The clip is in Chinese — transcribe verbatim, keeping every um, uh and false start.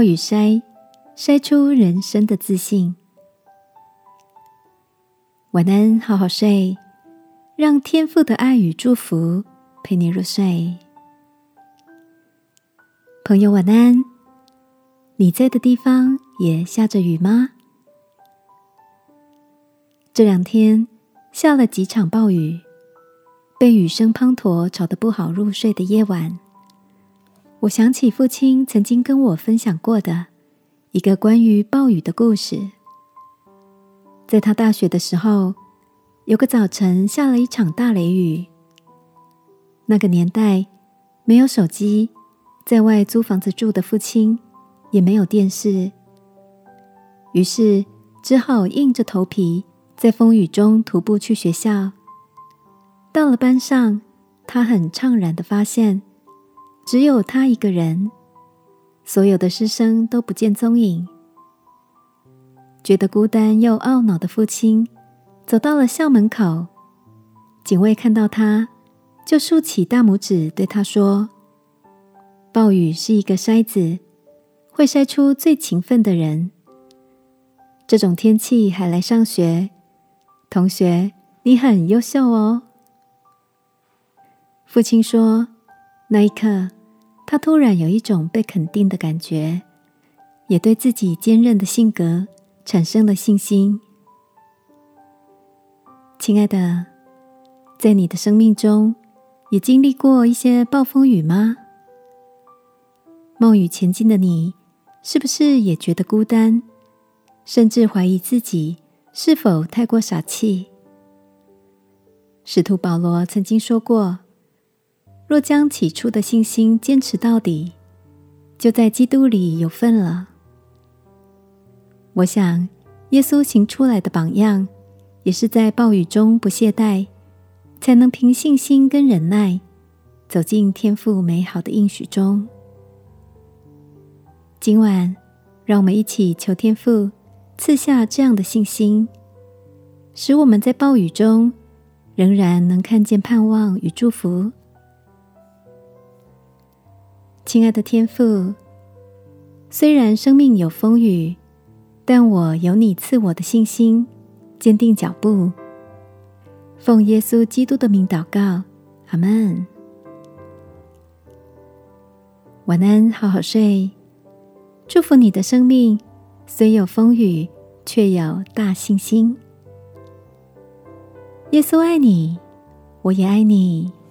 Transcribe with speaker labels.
Speaker 1: 雨筛筛出人生的自信。晚安，好好睡，让天父的爱与祝福陪你入睡。朋友晚安，你在的地方也下着雨吗？这两天下了几场暴雨，被雨声滂沱吵得不好入睡的夜晚，我想起父亲曾经跟我分享过的一个关于暴雨的故事。在他大学的时候，有个早晨下了一场大雷雨。那个年代没有手机，在外租房子住的父亲也没有电视，于是只好硬着头皮在风雨中徒步去学校。到了班上，他很怅然地发现，只有他一个人，所有的师生都不见踪影。觉得孤单又懊恼的父亲走到了校门口，警卫看到他，就竖起大拇指对他说：暴雨是一个筛子，会筛出最勤奋的人。这种天气还来上学，同学，你很优秀哦。父亲说，那一刻，他突然有一种被肯定的感觉，也对自己坚韧的性格产生了信心。亲爱的，在你的生命中也经历过一些暴风雨吗？冒雨前进的你，是不是也觉得孤单，甚至怀疑自己是否太过傻气？使徒保罗曾经说过，若将起初的信心坚持到底，就在基督里有份了。我想，耶稣行出来的榜样，也是在暴雨中不懈怠，才能凭信心跟忍耐，走进天父美好的应许中。今晚，让我们一起求天父赐下这样的信心，使我们在暴雨中仍然能看见盼望与祝福。亲爱的天父，虽然生命有风雨，但我有你赐我的信心，坚定脚步。奉耶稣基督的名祷告，阿们。晚安，好好睡。祝福你的生命，虽有风雨，却有大信心。耶稣爱你，我也爱你。